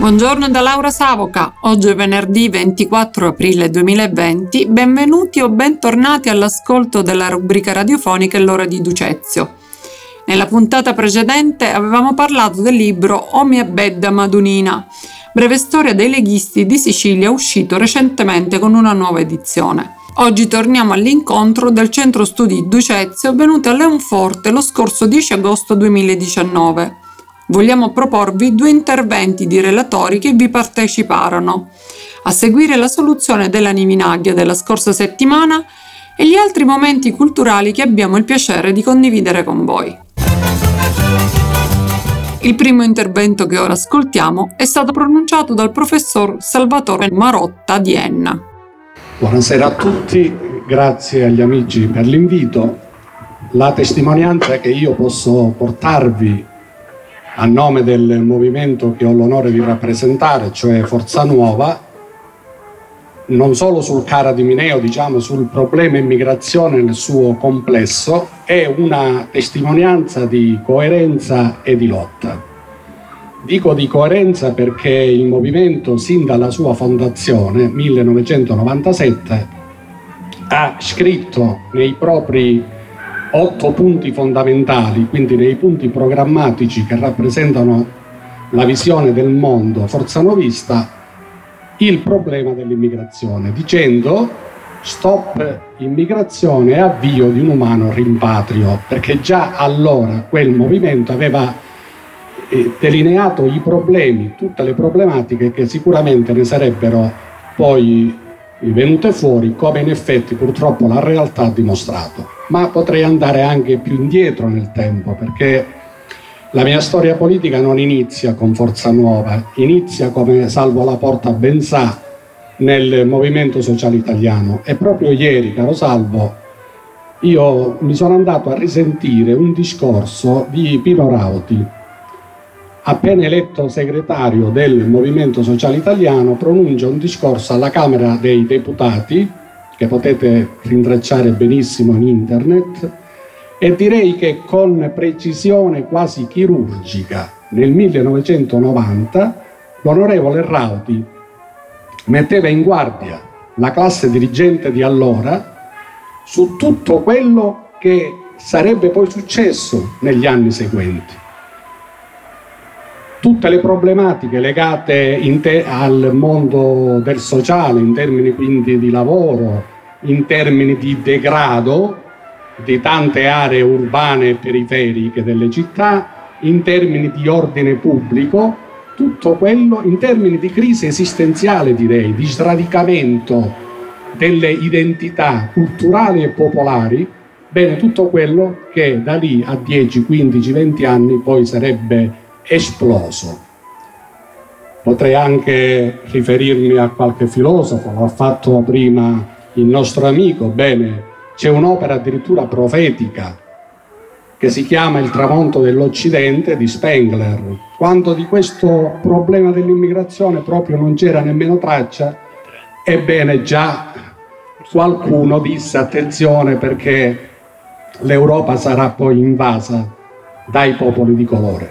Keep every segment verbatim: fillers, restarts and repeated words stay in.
Buongiorno da Laura Savoca, oggi è venerdì ventiquattro aprile duemilaventi, benvenuti o bentornati all'ascolto della rubrica radiofonica L'ora di Ducezio. Nella puntata precedente avevamo parlato del libro O mia bedda Madunina, breve storia dei leghisti di Sicilia, uscito recentemente con una nuova edizione. Oggi torniamo all'incontro del Centro Studi Ducezio venuto a Leonforte lo scorso dieci agosto duemiladiciannove. Vogliamo proporvi due interventi di relatori che vi parteciparono, a seguire la soluzione della Nivinaglia della scorsa settimana e gli altri momenti culturali che abbiamo il piacere di condividere con voi. Il primo intervento che ora ascoltiamo è stato pronunciato dal professor Salvatore Marotta di Enna. Buonasera a tutti, grazie agli amici per l'invito. La testimonianza che io posso portarvi a nome del movimento che ho l'onore di rappresentare, cioè Forza Nuova, non solo sul Cara di Mineo, diciamo sul problema immigrazione nel suo complesso, è una testimonianza di coerenza e di lotta. Dico di coerenza perché il movimento, sin dalla sua fondazione, millenovecentonovantasette, ha scritto nei propri otto punti fondamentali, quindi nei punti programmatici che rappresentano la visione del mondo forzanovista, il problema dell'immigrazione, dicendo stop immigrazione e avvio di un umano rimpatrio, perché già allora quel movimento aveva delineato i problemi, tutte le problematiche che sicuramente ne sarebbero poi venute fuori, come in effetti purtroppo la realtà ha dimostrato. Ma potrei andare anche più indietro nel tempo, perché la mia storia politica non inizia con Forza Nuova, inizia, come Salvo Laporta ben sa, nel Movimento Sociale Italiano. E proprio ieri, caro Salvo, io mi sono andato a risentire un discorso di Pino Rauti, appena eletto segretario del Movimento Sociale Italiano. Pronuncia un discorso alla Camera dei Deputati, che potete rintracciare benissimo in internet, e direi che con precisione quasi chirurgica nel millenovecentonovanta l'onorevole Rauti metteva in guardia la classe dirigente di allora su tutto quello che sarebbe poi successo negli anni seguenti. Tutte le problematiche legate te- al mondo del sociale, in termini quindi di lavoro, in termini di degrado di tante aree urbane e periferiche delle città, in termini di ordine pubblico, tutto quello in termini di crisi esistenziale, direi, di sradicamento delle identità culturali e popolari, bene, tutto quello che da lì a dieci, quindici, venti anni poi sarebbe esploso. Potrei anche riferirmi a qualche filosofo, l'ha fatto prima il nostro amico. Bene, c'è un'opera addirittura profetica che si chiama Il tramonto dell'Occidente di Spengler, quando di questo problema dell'immigrazione proprio non c'era nemmeno traccia. Ebbene, già qualcuno disse attenzione, perché l'Europa sarà poi invasa dai popoli di colore.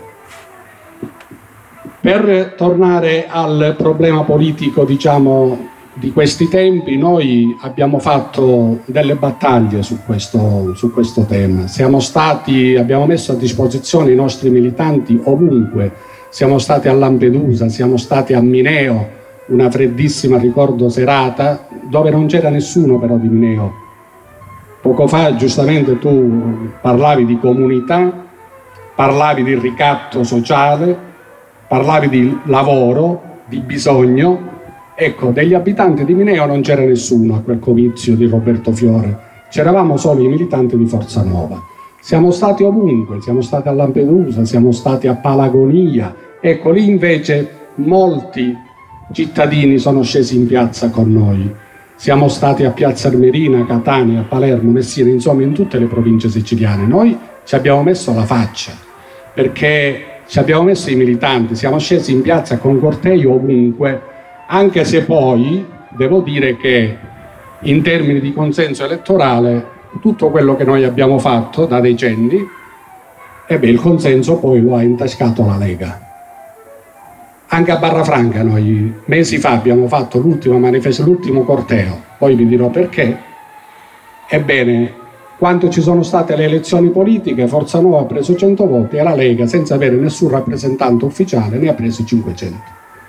Per tornare al problema politico, diciamo, di questi tempi, noi abbiamo fatto delle battaglie su questo, su questo tema. Siamo stati, abbiamo messo a disposizione i nostri militanti ovunque. Siamo stati a Lampedusa, siamo stati a Mineo, una freddissima, ricordo, serata, dove non c'era nessuno però di Mineo. Poco fa, giustamente, tu parlavi di comunità, parlavi di ricatto sociale, parlavi di lavoro, di bisogno. Ecco, degli abitanti di Mineo non c'era nessuno a quel comizio di Roberto Fiore, c'eravamo solo i militanti di Forza Nuova. Siamo stati ovunque, siamo stati a Lampedusa, siamo stati a Palagonia. Ecco, lì invece molti cittadini sono scesi in piazza con noi. Siamo stati a Piazza Armerina, Catania, Palermo, Messina, insomma in tutte le province siciliane. Noi ci abbiamo messo la faccia, perché ci abbiamo messo i militanti, siamo scesi in piazza con cortei ovunque, anche se poi devo dire che in termini di consenso elettorale tutto quello che noi abbiamo fatto da decenni, e beh, il consenso poi lo ha intascato la Lega. Anche a Barrafranca noi mesi fa abbiamo fatto l'ultima manifestazione, l'ultimo corteo, poi vi dirò perché. Ebbene, quando ci sono state le elezioni politiche, Forza Nuova ha preso cento voti e la Lega, senza avere nessun rappresentante ufficiale, ne ha presi cinquecento.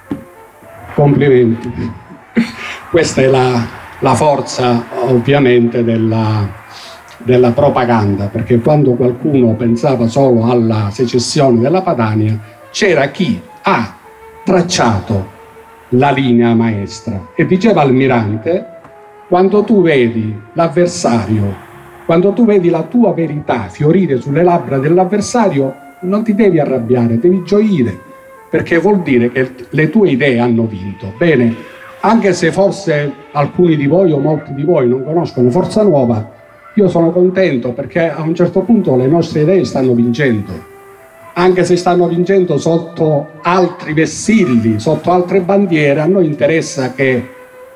Complimenti. Questa è la, la forza ovviamente della, della propaganda, perché quando qualcuno pensava solo alla secessione della Padania, c'era chi ha tracciato la linea maestra e diceva Almirante: quando tu vedi l'avversario, quando tu vedi la tua verità fiorire sulle labbra dell'avversario, non ti devi arrabbiare, devi gioire, perché vuol dire che le tue idee hanno vinto. Bene, anche se forse alcuni di voi o molti di voi non conoscono Forza Nuova, io sono contento perché a un certo punto le nostre idee stanno vincendo. Anche se stanno vincendo sotto altri vessilli, sotto altre bandiere, a noi interessa che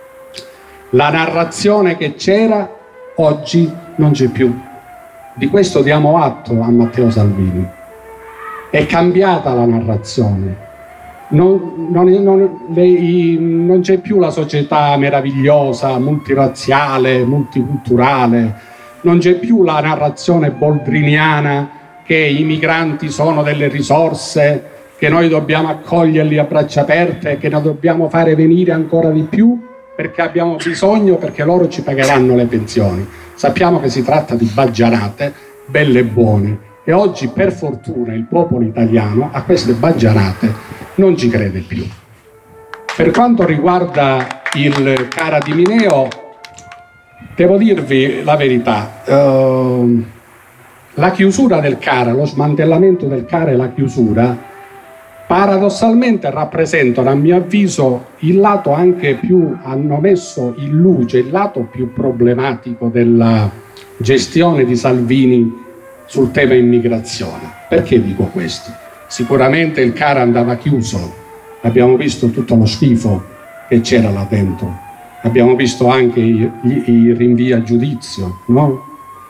la narrazione che c'era oggi non c'è più. Di questo diamo atto a Matteo Salvini. È cambiata la narrazione. Non, non, non, le, i, non c'è più la società meravigliosa, multirazziale, multiculturale, non c'è più la narrazione boldriniana che i migranti sono delle risorse, che noi dobbiamo accoglierli a braccia aperte, che ne dobbiamo fare venire ancora di più perché abbiamo bisogno, perché loro ci pagheranno le pensioni. Sappiamo che si tratta di baggianate belle e buone e oggi per fortuna il popolo italiano a queste baggianate non ci crede più. Per quanto riguarda il CARA di Mineo, devo dirvi la verità. Uh, La chiusura del CARA, lo smantellamento del CARA e la chiusura, paradossalmente rappresentano, a mio avviso, il lato anche più, hanno messo in luce il lato più problematico della gestione di Salvini sul tema immigrazione. Perché dico questo? Sicuramente il CARA andava chiuso, abbiamo visto tutto lo schifo che c'era là dentro, abbiamo visto anche i, i, i rinvii a giudizio, no?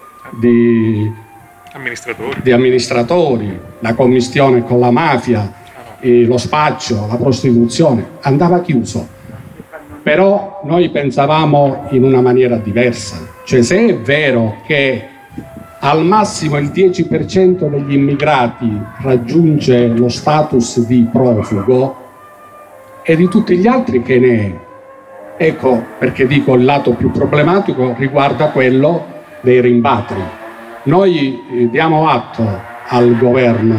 Di... Amministratori. di amministratori, la commistione con la mafia, eh, lo spaccio, la prostituzione, andava chiuso. Però noi pensavamo in una maniera diversa, cioè se è vero che al massimo il dieci per cento degli immigrati raggiunge lo status di profugo e di tutti gli altri che ne è. Ecco perché dico il lato più problematico riguarda quello dei rimpatri. Noi eh, diamo atto al governo,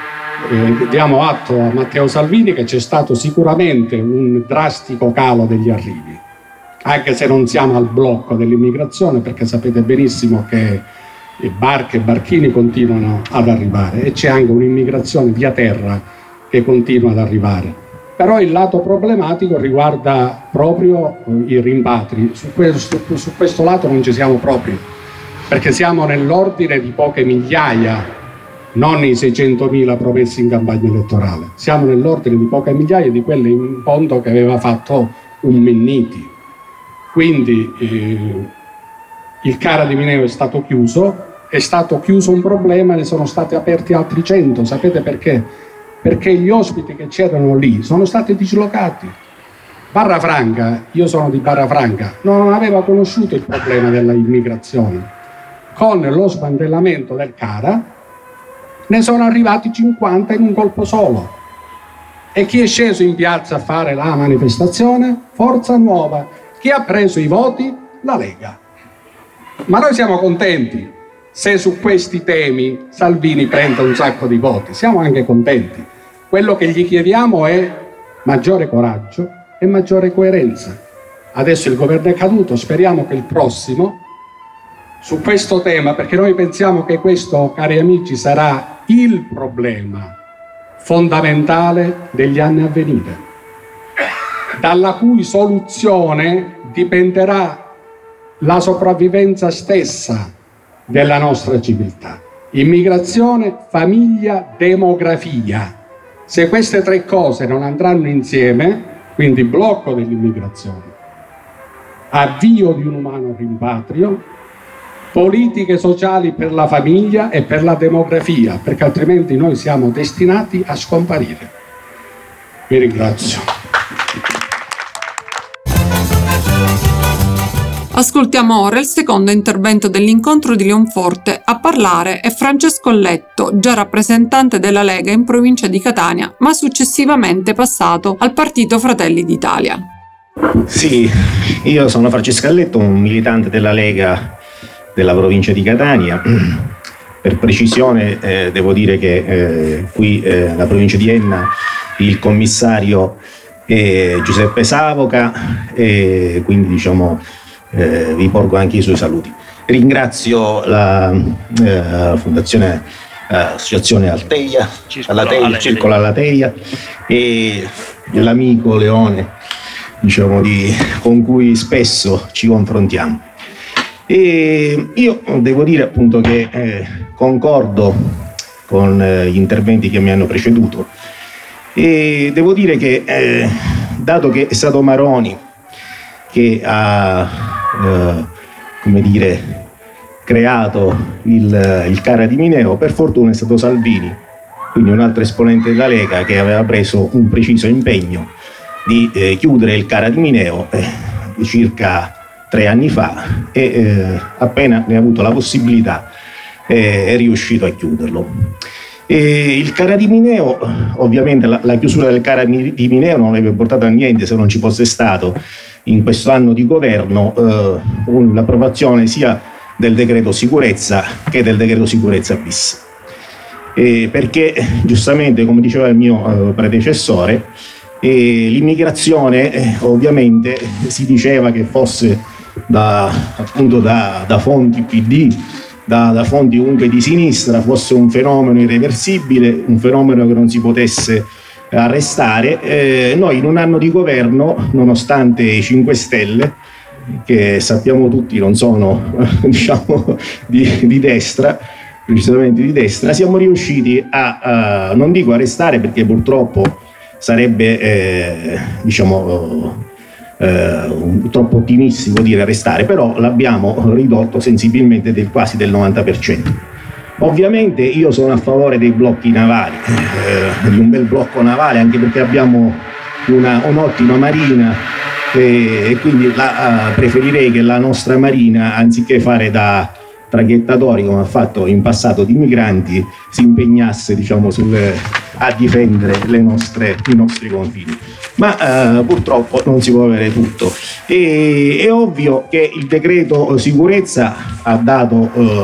eh, diamo atto a Matteo Salvini che c'è stato sicuramente un drastico calo degli arrivi, anche se non siamo al blocco dell'immigrazione, perché sapete benissimo che barche e barchini continuano ad arrivare e c'è anche un'immigrazione via terra che continua ad arrivare. Però il lato problematico riguarda proprio i rimpatri. Su questo, su questo lato non ci siamo proprio, perché siamo nell'ordine di poche migliaia, non i seicentomila promessi in campagna elettorale, siamo nell'ordine di poche migliaia di quelle in fondo che aveva fatto un Minniti. Quindi eh, il CARA di Mineo è stato chiuso, è stato chiuso un problema, ne sono stati aperti altri cento. Sapete perché? Perché gli ospiti che c'erano lì sono stati dislocati. Barrafranca, io sono di Barrafranca, non aveva conosciuto il problema dell'immigrazione. Con lo smantellamento del CARA ne sono arrivati cinquanta in un colpo solo. E chi è sceso in piazza a fare la manifestazione? Forza Nuova. Chi ha preso i voti? La Lega. Ma noi siamo contenti se su questi temi Salvini prende un sacco di voti, siamo anche contenti. Quello che gli chiediamo è maggiore coraggio e maggiore coerenza. Adesso il governo è caduto, speriamo che il prossimo su questo tema, perché noi pensiamo che questo, cari amici, sarà il problema fondamentale degli anni a venire, dalla cui soluzione dipenderà la sopravvivenza stessa della nostra civiltà. Immigrazione, famiglia, demografia. Se queste tre cose non andranno insieme, quindi blocco dell'immigrazione, avvio di un umano rimpatrio, politiche sociali per la famiglia e per la demografia, perché altrimenti noi siamo destinati a scomparire. Vi ringrazio. Ascoltiamo ora il secondo intervento dell'incontro di Leonforte. A parlare è Francesco Letto, già rappresentante della Lega in provincia di Catania, ma successivamente passato al partito Fratelli d'Italia. Sì, io sono Francesco Letto, un militante della Lega della provincia di Catania. Per precisione eh, devo dire che eh, qui eh, nella provincia di Enna il commissario è Giuseppe Savoca e quindi diciamo eh, vi porgo anche i suoi saluti. Ringrazio la eh, Fondazione eh, Associazione Alteia, Circolo Alateia, Circolo Alateia e l'amico Leone, diciamo, di, con cui spesso ci confrontiamo. E io devo dire appunto che eh, concordo con eh, gli interventi che mi hanno preceduto e devo dire che eh, dato che è stato Maroni che ha eh, come dire creato il, il CARA di Mineo, per fortuna è stato Salvini, quindi un altro esponente della Lega, che aveva preso un preciso impegno di eh, chiudere il CARA di Mineo eh, circa tre anni fa e eh, appena ne ha avuto la possibilità eh, è riuscito a chiuderlo. E il CARA di Mineo, ovviamente la, la chiusura del CARA di Mineo non avrebbe portato a niente se non ci fosse stato in questo anno di governo eh, l'approvazione sia del decreto sicurezza che del decreto sicurezza bis. E perché giustamente, come diceva il mio eh, predecessore, eh, l'immigrazione eh, ovviamente si diceva che fosse da, appunto da, da fonti P D, da, da fonti comunque di sinistra, fosse un fenomeno irreversibile, un fenomeno che non si potesse arrestare. Eh, noi in un anno di governo, nonostante i cinque Stelle, che sappiamo tutti non sono diciamo di, di destra, precisamente di destra, siamo riusciti a, a non dico arrestare perché purtroppo sarebbe eh, diciamo eh, troppo ottimistico dire arrestare, però l'abbiamo ridotto sensibilmente del quasi del novanta per cento. Ovviamente io sono a favore dei blocchi navali, eh, di un bel blocco navale, anche perché abbiamo una, un'ottima marina e, e quindi la, uh, preferirei che la nostra marina, anziché fare da traghettatori come ha fatto in passato di migranti, si impegnasse diciamo sul, a difendere le nostre, i nostri confini. Ma uh, purtroppo non si può avere tutto. E, è ovvio che il decreto sicurezza ha dato uh,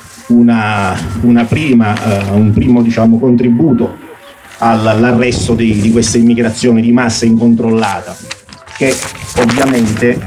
Una, una prima, uh, un primo diciamo, contributo all'arresto di, di questa immigrazione di massa incontrollata, che ovviamente,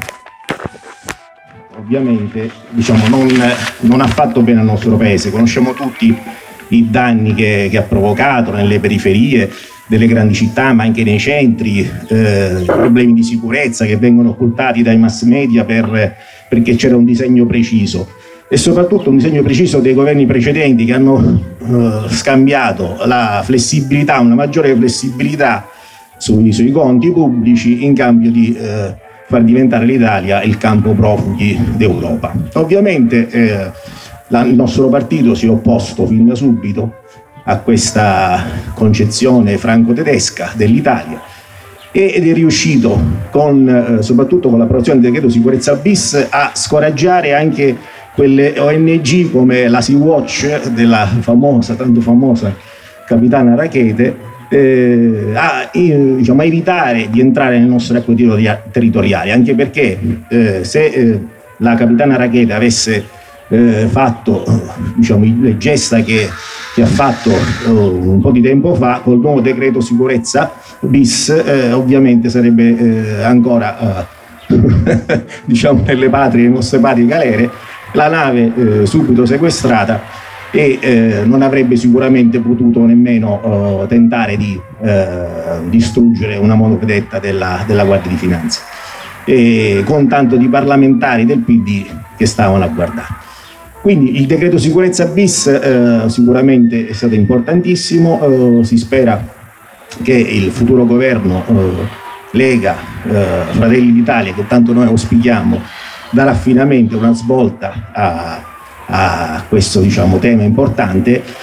ovviamente diciamo, non, non ha fatto bene al nostro paese. Conosciamo tutti i danni che, che ha provocato nelle periferie delle grandi città, ma anche nei centri, eh, problemi di sicurezza che vengono occultati dai mass media per, perché c'era un disegno preciso. E soprattutto un disegno preciso dei governi precedenti che hanno eh, scambiato la flessibilità, una maggiore flessibilità sui, sui conti pubblici in cambio di eh, far diventare l'Italia il campo profughi d'Europa. Ovviamente eh, la, il nostro partito si è opposto fin da subito a questa concezione franco-tedesca dell'Italia ed è riuscito, con, eh, soprattutto con l'approvazione del decreto sicurezza bis, a scoraggiare anche quelle O N G come la Sea-Watch della famosa, tanto famosa capitana Rackete, eh, a, eh, diciamo, a evitare di entrare nel nostro acque territoriali, anche perché eh, se eh, la capitana Rackete avesse eh, fatto diciamo, le gesta che, che ha fatto eh, un po' di tempo fa, col nuovo decreto sicurezza bis eh, ovviamente sarebbe eh, ancora eh, diciamo nelle patrie, le nostre patrie galere, la nave eh, subito sequestrata e eh, non avrebbe sicuramente potuto nemmeno eh, tentare di eh, distruggere una monovedetta della, della Guardia di Finanza, e con tanto di parlamentari del P D che stavano a guardare. Quindi il decreto sicurezza bis eh, sicuramente è stato importantissimo, eh, si spera che il futuro governo eh, Lega, eh, Fratelli d'Italia, che tanto noi auspichiamo, darà finalmente una svolta a, a questo diciamo, tema importante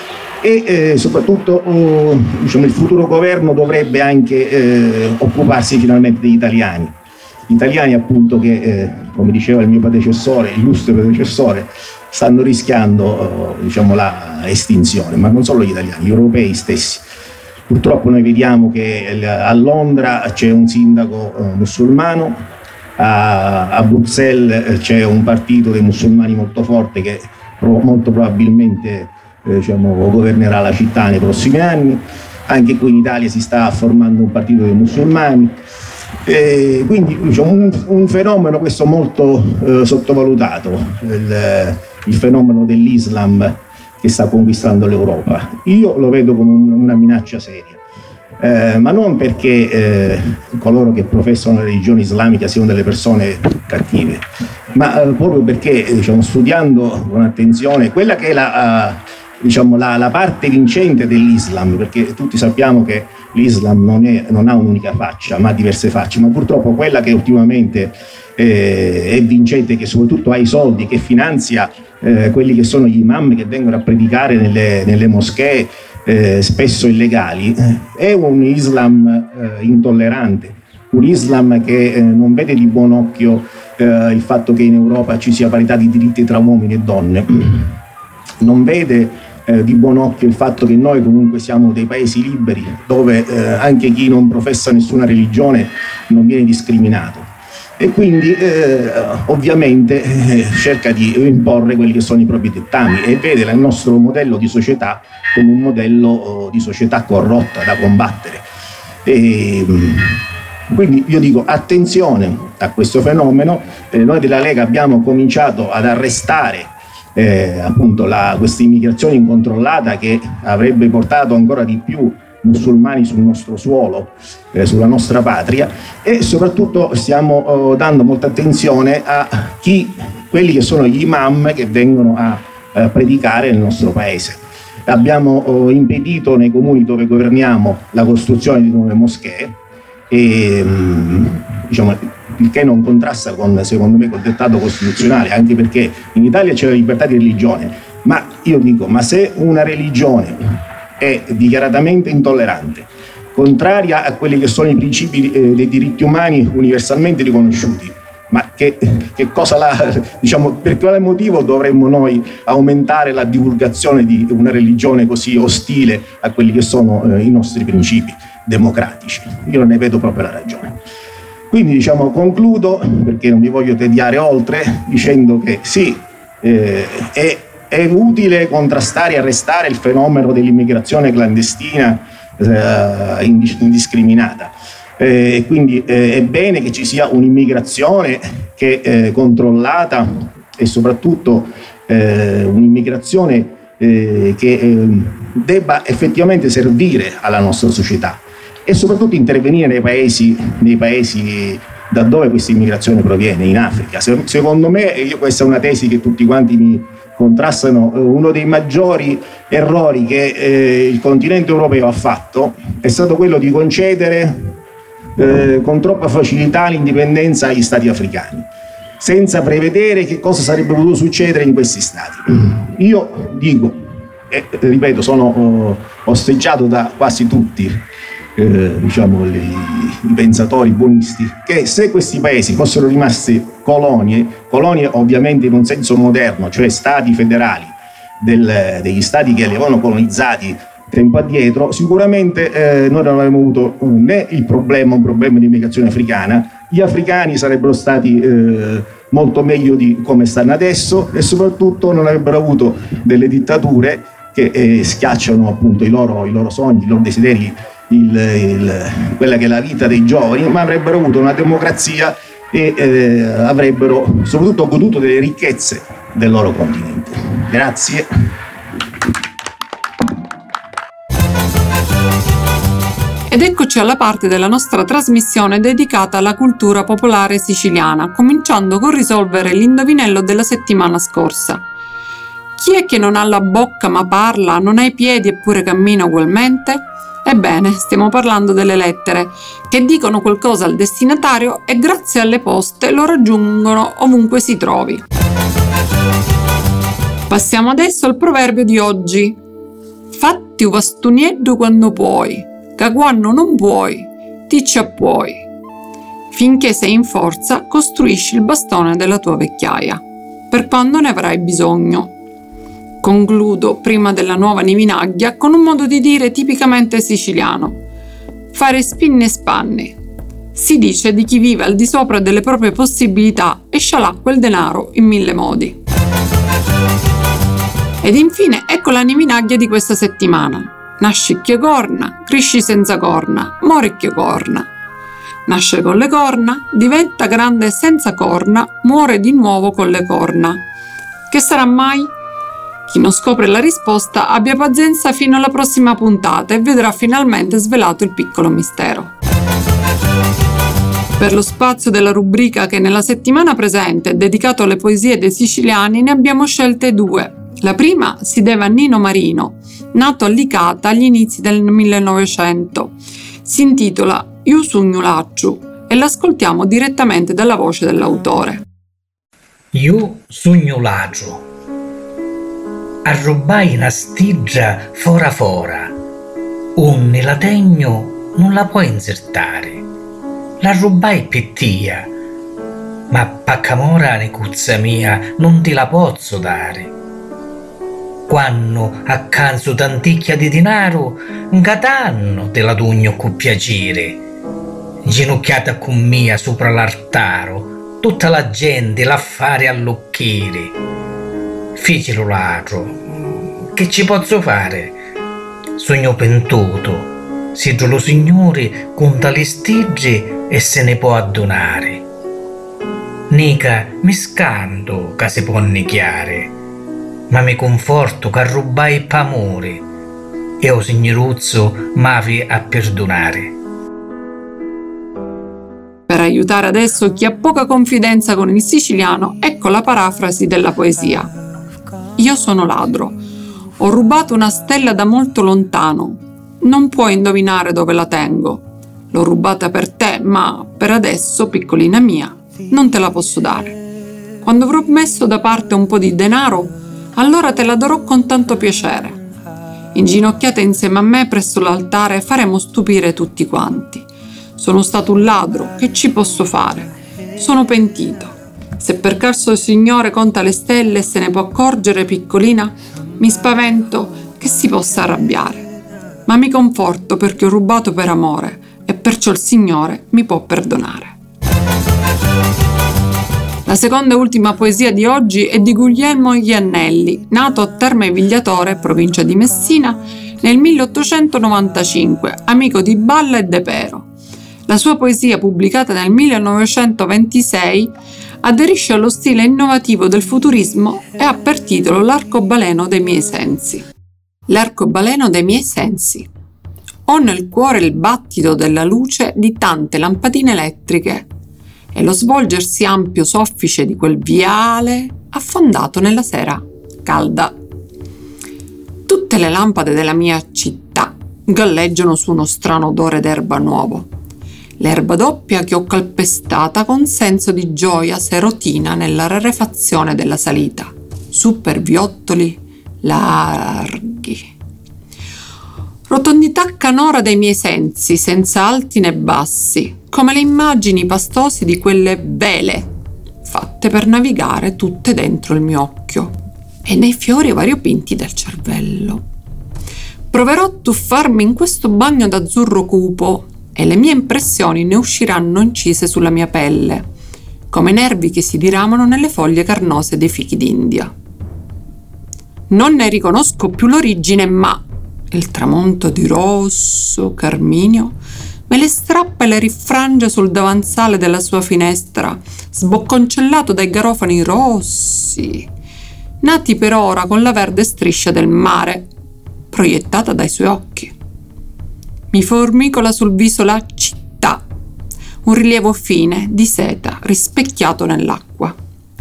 e eh, soprattutto oh, diciamo, il futuro governo dovrebbe anche eh, occuparsi finalmente degli italiani. Gli italiani appunto che, eh, come diceva il mio predecessore, illustre predecessore, stanno rischiando eh, diciamo, la estinzione, ma non solo gli italiani, gli europei stessi. Purtroppo noi vediamo che a Londra c'è un sindaco eh, musulmano, a, a Bruxelles c'è un partito dei musulmani molto forte che pro, molto probabilmente eh, diciamo, governerà la città nei prossimi anni. Anche qui in Italia si sta formando un partito dei musulmani. E quindi diciamo, un, un fenomeno questo molto eh, sottovalutato, il, il fenomeno dell'Islam che sta conquistando l'Europa. Io lo vedo come un, una minaccia seria, eh, ma non perché eh, coloro che professano la religione islamica siano delle persone cattive, ma eh, proprio perché diciamo, studiando con attenzione quella che è la, uh, diciamo, la, la parte vincente dell'Islam, perché tutti sappiamo che l'Islam non, è, non ha un'unica faccia, ma ha diverse facce, ma purtroppo quella che ultimamente eh, è vincente, che soprattutto ha i soldi, che finanzia eh, quelli che sono gli imam che vengono a predicare nelle, nelle moschee eh, spesso illegali, è un Islam eh, intollerante, un Islam che eh, non vede di buon occhio eh, il fatto che in Europa ci sia parità di diritti tra uomini e donne, non vede Eh, di buon occhio il fatto che noi comunque siamo dei paesi liberi dove eh, anche chi non professa nessuna religione non viene discriminato e quindi eh, ovviamente eh, cerca di imporre quelli che sono i propri dettami e vede il nostro modello di società come un modello oh, di società corrotta da combattere. E, quindi io dico attenzione a questo fenomeno, eh, noi della Lega abbiamo cominciato ad arrestare Eh, appunto la, questa immigrazione incontrollata che avrebbe portato ancora di più musulmani sul nostro suolo, eh, sulla nostra patria, e soprattutto stiamo oh, dando molta attenzione a chi, quelli che sono gli imam che vengono a eh, predicare nel nostro paese. Abbiamo oh, impedito nei comuni dove governiamo la costruzione di nuove moschee e mh, diciamo il che non contrasta con, secondo me, col dettato costituzionale, anche perché in Italia c'è la libertà di religione, ma io dico, ma se una religione è dichiaratamente intollerante, contraria a quelli che sono i principi eh, dei diritti umani universalmente riconosciuti, ma che, che cosa la, diciamo, per quale motivo dovremmo noi aumentare la divulgazione di una religione così ostile a quelli che sono eh, i nostri principi democratici? Io non ne vedo proprio la ragione. Quindi diciamo, concludo, perché non vi voglio tediare oltre, dicendo che sì, eh, è, è utile contrastare e arrestare il fenomeno dell'immigrazione clandestina eh, indiscriminata. E eh, quindi eh, è bene che ci sia un'immigrazione che è eh, controllata e soprattutto eh, un'immigrazione eh, che eh, debba effettivamente servire alla nostra società e soprattutto intervenire nei paesi, nei paesi da dove questa immigrazione proviene, in Africa. Se, secondo me, io, questa è una tesi che tutti quanti mi contrastano, uno dei maggiori errori che eh, il continente europeo ha fatto è stato quello di concedere eh, con troppa facilità l'indipendenza agli stati africani, senza prevedere che cosa sarebbe potuto succedere in questi stati. Io dico, e ripeto, sono oh, osteggiato da quasi tutti Eh, diciamo le, i pensatori buonisti, che se questi paesi fossero rimasti colonie, colonie ovviamente in un senso moderno, cioè stati federali del, degli stati che li avevano colonizzati tempo addietro, sicuramente eh, noi non avremmo avuto né il problema, un problema di immigrazione africana, gli africani sarebbero stati eh, molto meglio di come stanno adesso e soprattutto non avrebbero avuto delle dittature che eh, schiacciano appunto i loro, i loro sogni, i loro desideri, Il, il, quella che è la vita dei giovani, ma avrebbero avuto una democrazia e eh, avrebbero soprattutto goduto delle ricchezze del loro continente. Grazie. Ed eccoci alla parte della nostra trasmissione dedicata alla cultura popolare siciliana, cominciando con risolvere l'indovinello della settimana scorsa. Chi è che non ha la bocca ma parla, non ha i piedi eppure cammina ugualmente? Ebbene, stiamo parlando delle lettere, che dicono qualcosa al destinatario e grazie alle poste lo raggiungono ovunque si trovi. Passiamo adesso al proverbio di oggi. Fatti fatti un vastunieddu quando puoi, che quando non puoi, ti ci appuoi. Finché sei in forza, costruisci il bastone della tua vecchiaia, per quando ne avrai bisogno. Concludo, prima della nuova Nivinaglia, con un modo di dire tipicamente siciliano: fare spinne e spanni. Si dice di chi vive al di sopra delle proprie possibilità e scialacqua il denaro in mille modi. Ed infine ecco la Nivinaglia di questa settimana. Nasci che corna, cresci senza corna, muori che corna. Nasce con le corna, diventa grande senza corna, muore di nuovo con le corna. Che sarà mai? Chi non scopre la risposta abbia pazienza fino alla prossima puntata e vedrà finalmente svelato il piccolo mistero. Per lo spazio della rubrica che nella settimana presente è dedicato alle poesie dei siciliani ne abbiamo scelte due. La prima si deve a Nino Marino, nato a Licata agli inizi del millenovecento. Si intitola Iu sugnu laggiu e l'ascoltiamo direttamente dalla voce dell'autore. Iu sugnu laggiu. Arrubai una stiggia fora fora, unni la tegno non la puoi insertare, la rubai pittia, ma paccamora necuzza mia non ti la pozzo dare. Quando accanzo tanticchia di denaro, ngatanno te la dugno con piacere, ginocchiata con mia sopra l'artaro, tutta la gente l'affare all'occhiere. Ficelo ladro, che ci posso fare? Sogno pentuto, si lo signore conta le stigge e se ne può addonare. Nica mi scanto che si può nichiare, ma mi conforto che rubai p'amore e o signoruzzo m'avi a perdonare. Per aiutare adesso chi ha poca confidenza con il siciliano, ecco la parafrasi della poesia. Io sono ladro, ho rubato una stella da molto lontano, non puoi indovinare dove la tengo. L'ho rubata per te, ma per adesso, piccolina mia, non te la posso dare. Quando avrò messo da parte un po' di denaro, allora te la darò con tanto piacere. Inginocchiate insieme a me presso l'altare faremo stupire tutti quanti. Sono stato un ladro, che ci posso fare? Sono pentito. Se per caso il Signore conta le stelle e se ne può accorgere, piccolina, mi spavento che si possa arrabbiare. Ma mi conforto perché ho rubato per amore e perciò il Signore mi può perdonare. La seconda e ultima poesia di oggi è di Guglielmo Iannelli, nato a Terme Vigliatore, provincia di Messina, nel milleottocentonovantacinque, amico di Balla e De Pero. La sua poesia, pubblicata nel millenovecentoventisei, aderisce allo stile innovativo del futurismo e ha per titolo L'arcobaleno dei miei sensi. L'arcobaleno dei miei sensi. Ho nel cuore il battito della luce di tante lampadine elettriche e lo svolgersi ampio soffice di quel viale affondato nella sera calda. Tutte le lampade della mia città galleggiano su uno strano odore d'erba nuovo. L'erba doppia che ho calpestata con senso di gioia serotina nella rarefazione della salita, su per viottoli larghi. Rotondità canora dei miei sensi, senza alti né bassi, come le immagini pastose di quelle vele, fatte per navigare tutte dentro il mio occhio e nei fiori variopinti del cervello. Proverò a tuffarmi in questo bagno d'azzurro cupo e le mie impressioni ne usciranno incise sulla mia pelle, come nervi che si diramano nelle foglie carnose dei fichi d'India. Non ne riconosco più l'origine, ma il tramonto di rosso carminio me le strappa e le rifrange sul davanzale della sua finestra, sbocconcellato dai garofani rossi, nati per ora con la verde striscia del mare, proiettata dai suoi occhi. Mi formicola sul viso la città, un rilievo fine di seta rispecchiato nell'acqua.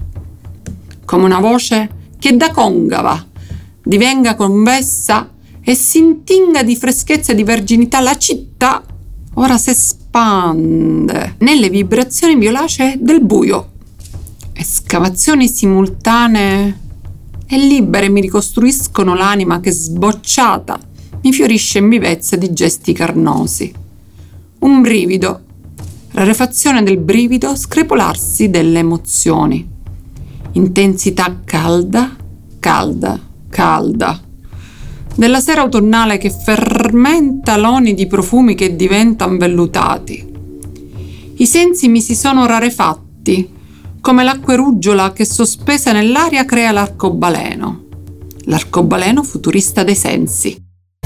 Come una voce che da congava divenga convessa e si intinga di freschezza e di verginità, la città ora si espande nelle vibrazioni violacee del buio. Escavazioni simultanee e libere mi ricostruiscono l'anima che, sbocciata mi fiorisce in vivezza di gesti carnosi. Un brivido, rarefazione del brivido, screpolarsi delle emozioni. Intensità calda, calda, calda. Della sera autunnale che fermenta loni di profumi che diventano vellutati. I sensi mi si sono rarefatti, come l'acqueruggiola che sospesa nell'aria crea l'arcobaleno. L'arcobaleno futurista dei sensi.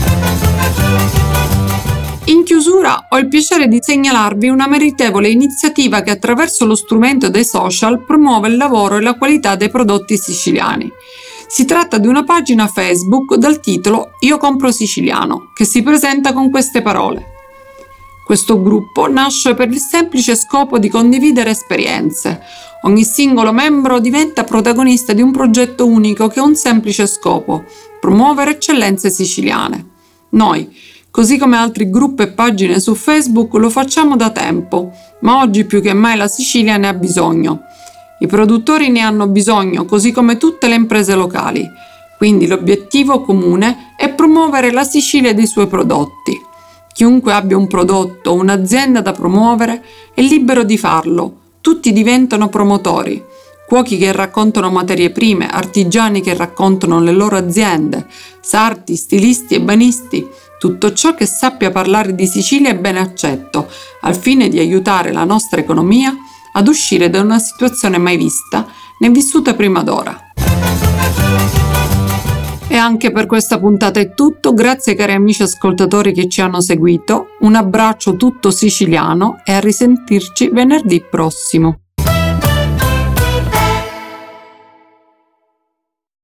In chiusura ho il piacere di segnalarvi una meritevole iniziativa che attraverso lo strumento dei social promuove il lavoro e la qualità dei prodotti siciliani. Si tratta di una pagina Facebook dal titolo Io compro siciliano, che si presenta con queste parole. Questo gruppo nasce per il semplice scopo di condividere esperienze. Ogni singolo membro diventa protagonista di un progetto unico che ha un semplice scopo: promuovere eccellenze siciliane. Noi, così come altri gruppi e pagine su Facebook, lo facciamo da tempo, ma oggi più che mai la Sicilia ne ha bisogno. I produttori ne hanno bisogno, così come tutte le imprese locali. Quindi l'obiettivo comune è promuovere la Sicilia e dei suoi prodotti. Chiunque abbia un prodotto o un'azienda da promuovere è libero di farlo. Tutti diventano promotori. Cuochi che raccontano materie prime, artigiani che raccontano le loro aziende, sarti, stilisti e banisti. Tutto ciò che sappia parlare di Sicilia è ben accetto, al fine di aiutare la nostra economia ad uscire da una situazione mai vista né vissuta prima d'ora. E anche per questa puntata è tutto, grazie cari amici ascoltatori che ci hanno seguito, un abbraccio tutto siciliano e a risentirci venerdì prossimo.